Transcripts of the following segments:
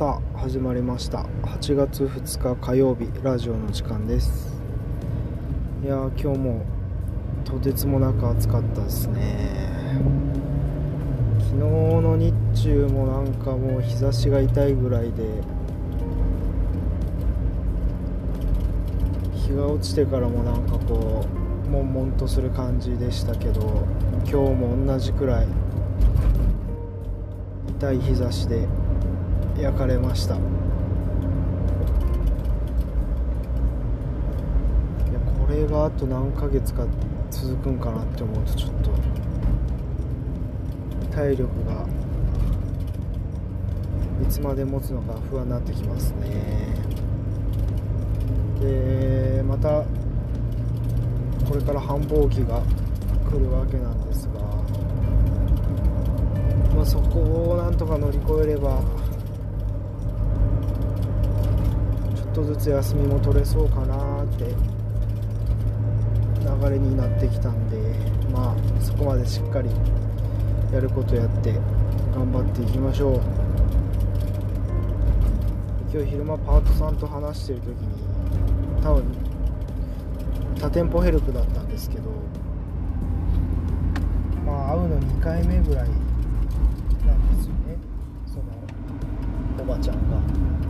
さあ始まりました。8月2日火曜日ラジオの時間です。いやー、今日もとてつもなく暑かったですね。昨日の日中もなんかもう日差しが痛いぐらいで、日が落ちてからもなんかこう悶々とする感じでしたけど、今日も同じくらい痛い日差しで焼かれました。いや、これがあと何ヶ月か続くんかなって思うとちょっと体力がいつまで持つのか不安になってきますね。でまたこれから繁忙期が来るわけなんですが、そこをなんとか乗り越えればちょっとずつ休みも取れそうかなって流れになってきたんで、そこまでしっかりやることやって頑張っていきましょう。今日昼間パートさんと話してる時に多分多店舗ヘルプだったんですけど、会うの2回目ぐらいなんですよね、そのおばちゃんが。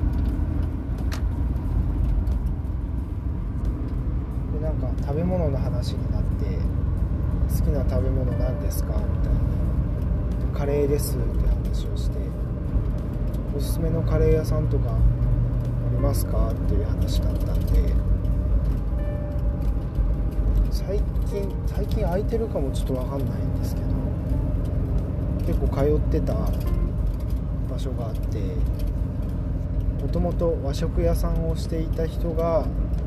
でなんか食べ物の話になって、好きな食べ物なんですかみたいな、カレーですって話をして、おすすめのカレー屋さんとかありますかっていう話だったんで、最近空いてるかもちょっと分かんないんですけど、結構通ってた場所があって、もともと和食屋さんをしていた人が、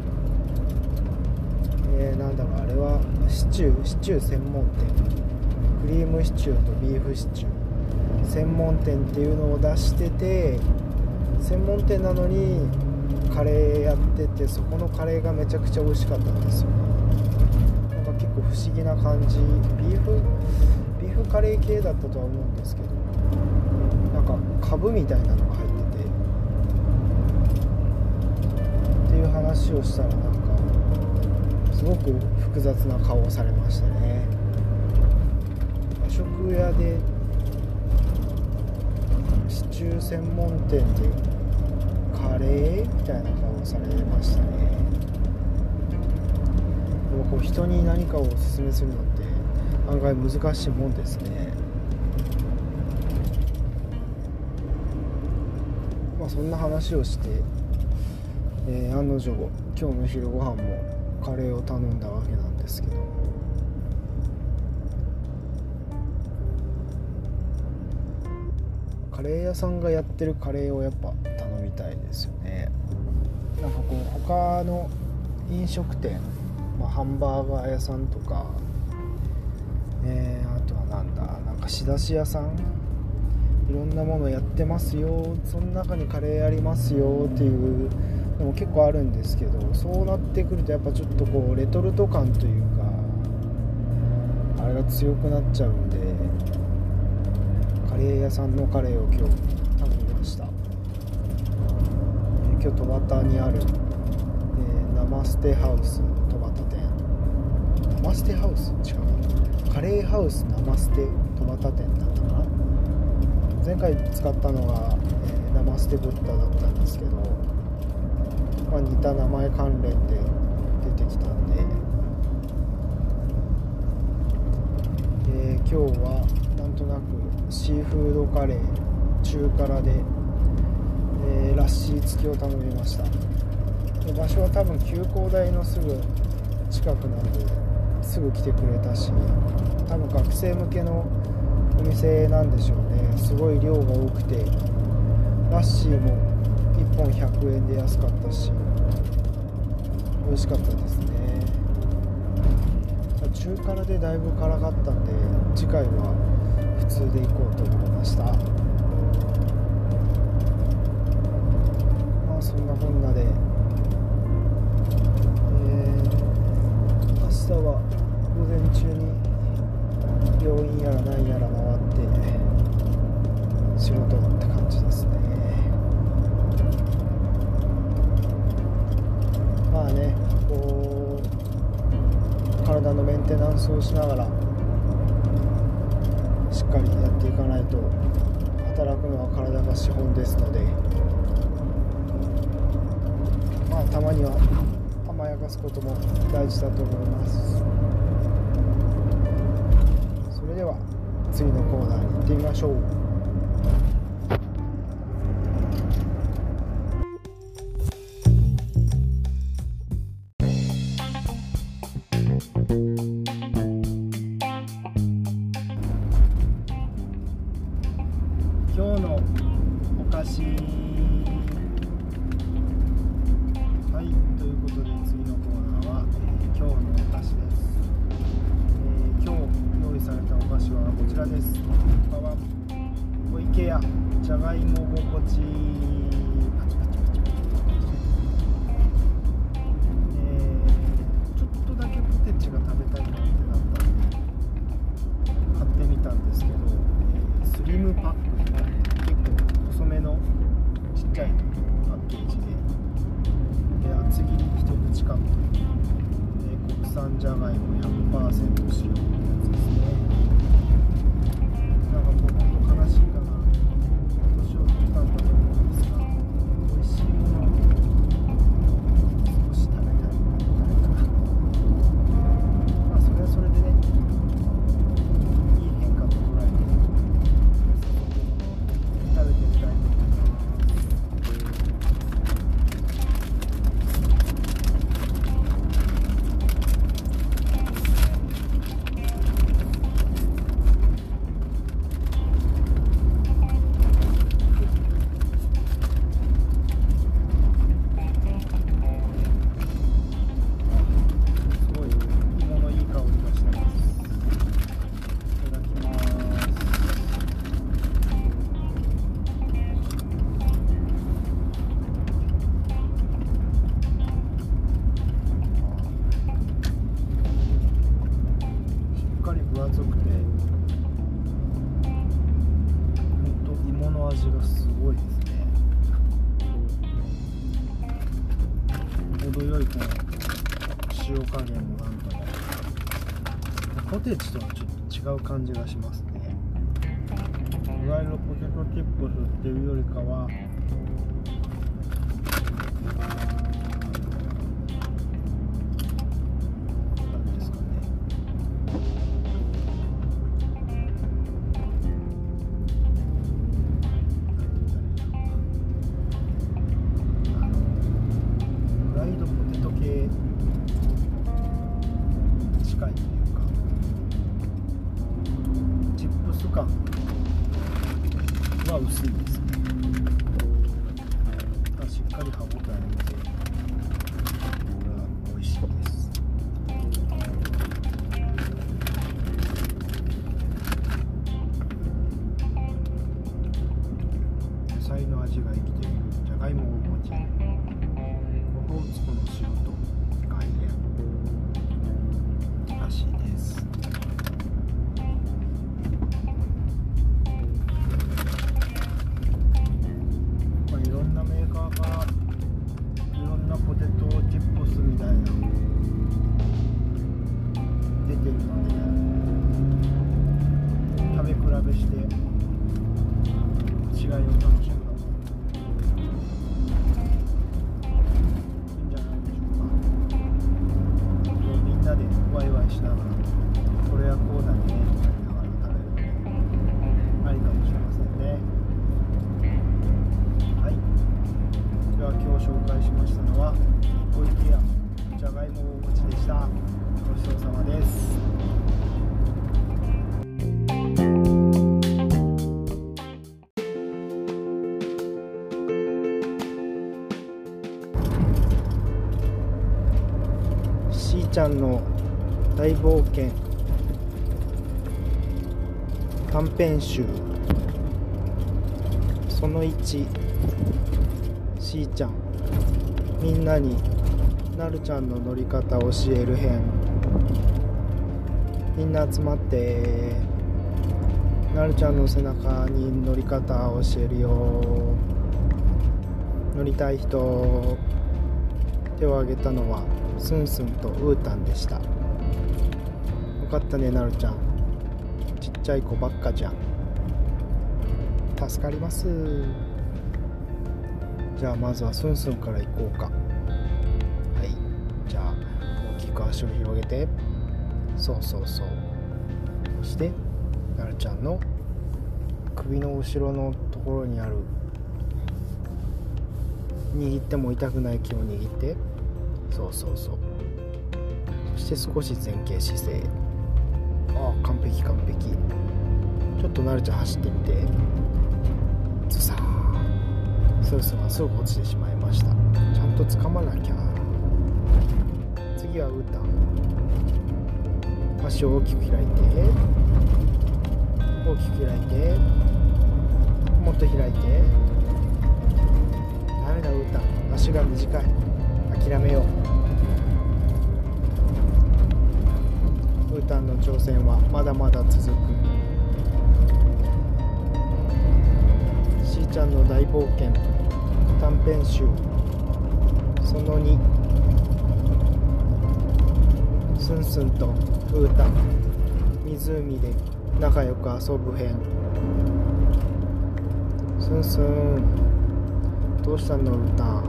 あれはシチュー専門店、クリームシチューとビーフシチュー専門店っていうのを出してて、専門店なのにカレーやってて、そこのカレーがめちゃくちゃ美味しかったんですよ。なんか結構不思議な感じ、ビーフカレー系だったとは思うんですけど、なんかカブみたいなのが入っててっていう話をしたら、なんかすごく複雑な顔をされましたね。和食屋でシチュー専門店でカレーみたいな顔をされましたね。でもこう人に何かをおすすめするのって案外難しいもんですね。そんな話をして、案の定今日の昼ご飯もカレーを頼んだわけなんですけど、カレー屋さんがやってるカレーをやっぱ頼みたいですよね。なんかこう他の飲食店、ハンバーガー屋さんとか、あとはなんか仕出し屋さん、いろんなものやってますよ、その中にカレーありますよっていうのも結構あるんですけど、そうなってくるとやっぱちょっとこうレトルト感というか、あれが強くなっちゃうんで、カレー屋さんのカレーを今日頼みました。今日戸端にある、ナマステハウス戸端店、ナマステハウス違う、カレーハウスナマステ戸端店だったかな。前回使ったのが、ナマステブッダだったんですけど、似た名前関連で出てきたんで、今日はなんとなくシーフードカレー中辛で、ラッシー付きを頼みました。で場所は多分急行台のすぐ近くなんですぐ来てくれたし、多分学生向けのお店なんでしょうね。すごい量が多くて、ラッシーも1本100円で安かったし美味しかったですね。中辛でだいぶ辛かったんで、次回は普通で行こうと思いました。そんなこんなで、明日は午前中に病院やら何やら回って仕事って感じですね。 体のメンテナンスをしながらしっかりやっていかないと、働くのは体が資本ですので、たまには甘やかすことも大事だと思います。それでは次のコーナーに行ってみましょう。今日のお菓子。はい、ということで次のコーナーは、今日のお菓子です。今日用意されたお菓子はこちらです。パワー小池屋じゃがいも心地パチパチパチパチ、ちょっとだけポテチが食べたいなってなったんで買ってみたんですけど、スリムパック、結構細めのちっちゃいパッケージで、厚切り一口カップ、国産じゃがいも 100% 使用のやつですね。なんかもう本当悲しいかな、年を取ったんだと思うんですが、美味しいものを少し食べたい誰かな。それはそれでね、いい変化と捉えて食べてみたいと思います。分厚くて、ほんと芋の味がすごいですね。程よいこの塩加減もなんともポテチとはちょっと違う感じがしますね。いわゆるポテトチップスっていうよりかは、近いというか、チップス感は薄いですね。しっかり歯応えあって、これは美味しいです。野菜の味が生きているじゃがいもをお餅、オホーツクの塩と岩塩らしいです。いろんなメーカーがいろんなポテトチップスみたいな出てるので、食べ比べして違いを楽しむのもいいんじゃないでしょうか。みんなでワイワイしながら、これはこうだねってやりながら食べるのもありかもしれませんね。はい、では今日紹介しましたのは小池屋じゃがいもお餅でした。ごちそうさまです。しーちゃんの大冒険短編集その1、しーちゃんみんなになるちゃんの乗り方を教える編。みんな集まって、なるちゃんの背中に乗り方を教えるよ。乗りたい人、手を挙げたのはスンスンとウータンでした。 かったね、なるちゃん。ちっちゃい子ばっかじゃん。助かります。じゃあまずはスンスンから行こうか。はい、じゃあ大きく足を広げて、そうそうそう。そしてなるちゃんの首の後ろのところにある握っても痛くない木を握って、そうそうそう。そして少し前傾姿勢。ああ、完璧完璧。ちょっとなるちゃん走ってみて。ズサー。スースーがすぐ落ちてしまいました。ちゃんと掴まなきゃ。次はウータン。足を大きく開いて、大きく開いて、もっと開いて。ダメだウータン、足が短い。諦めよう。ウータンの挑戦はまだまだ続く。しーちゃんの大冒険短編集その2、スンスンとウータン湖で仲良く遊ぶ編。スンスン、どうしたのウータン。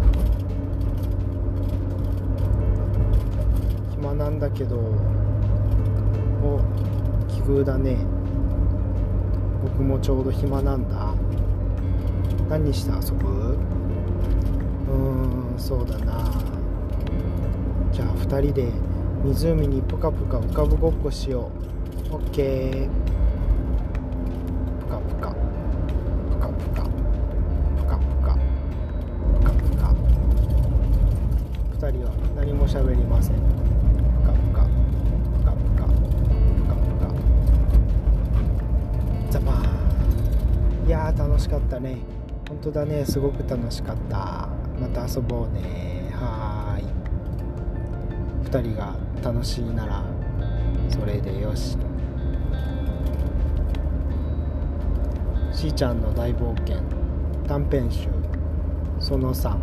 暇なんだけど。お、奇遇だね。僕もちょうど暇なんだ。何して遊ぶ？そうだな。じゃあ2人で湖にぷかぷか浮かぶごっこしよう。オッケー。ぷかぷかぷかぷかぷかぷかぷかぷか。2人は何も喋りません。ぷかぷかぷかぷかぷかぷか。ザバーン。いやー楽しかったね。本当だね、すごく楽しかった。また遊ぼうね。はーい。2人が楽しいならそれでよし。しーちゃんの大冒険短編集その3、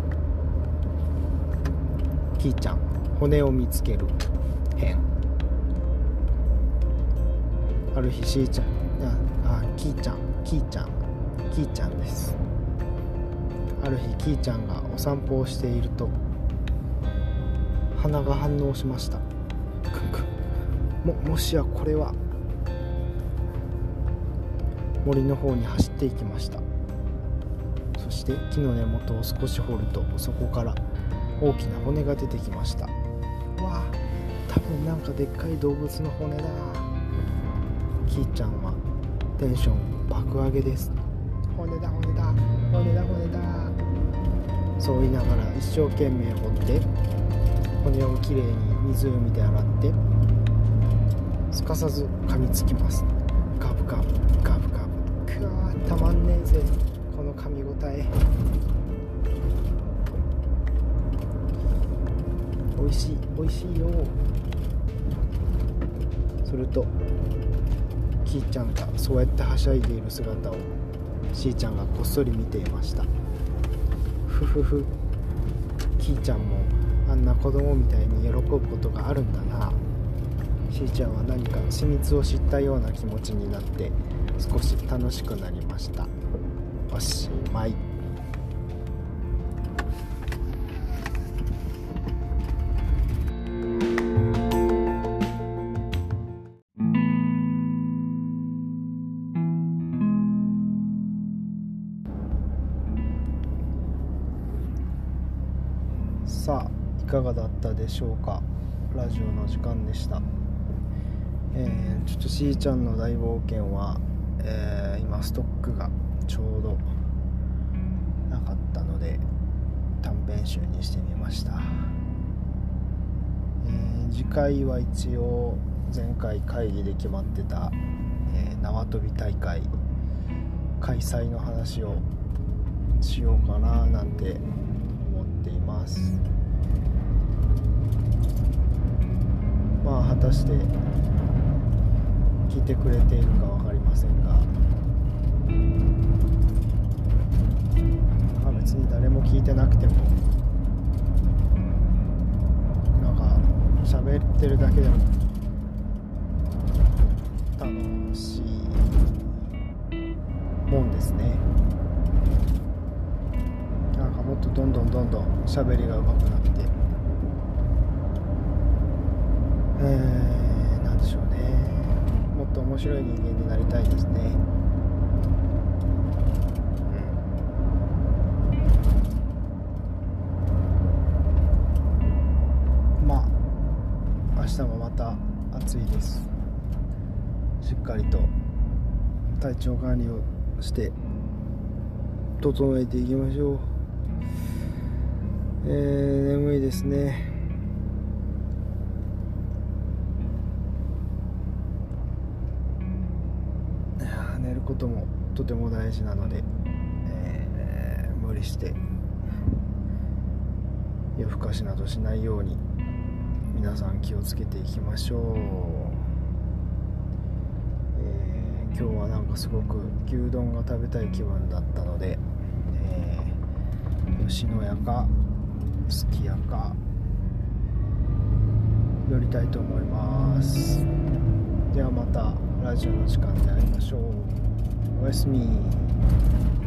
きーちゃん骨を見つける編。ある日しーちゃん、きーちゃんです。ある日きーちゃんがお散歩をしていると鼻が反応しました。もしやこれは。森の方に走っていきました。そして木の根元を少し掘るとそこから大きな骨が出てきました。わあ、多分なんかでっかい動物の骨だ。きーちゃんはテンション爆上げです。骨だ骨だ骨だ骨だ。そう言いながら一生懸命掘って骨をきれいに湖で洗ってすかさず噛みつきます。ガブガブガブガブ。くわー、たまんねえぜこの噛み応え。おいしいおいしいよ。するときーちゃんがそうやってはしゃいでいる姿をしーちゃんがこっそり見ていました。ふふふ、きーちゃんもあんな子供みたいに喜ぶことがあるんだな。しーちゃんは何か秘密を知ったような気持ちになって少し楽しくなりました。おしまい。さあいかがだったでしょうか。ラジオの時間でした。ちょっとしーちゃんの大冒険は、今ストックがちょうどなかったので短編集にしてみました。次回は一応前回会議で決まってた、縄跳び大会開催の話をしようかななんて思っています。まあ果たして聞いてくれているか分かりませんが、別に誰も聞いてなくてもなんか喋ってるだけでもしいもんですね。なんかもっとどんどん喋りが上手くなってなんでしょうね、もっと面白い人間になりたいですね。まあ明日もまた暑いです。しっかりと体調管理をして整えていきましょう。眠いですね。寝ることもとても大事なので、無理して夜更かしなどしないように皆さん気をつけていきましょう。今日はなんかすごく牛丼が食べたい気分だったので、吉野家かすき家か寄りたいと思います。ではまたラジオの時間で会いましょう。おやすみ。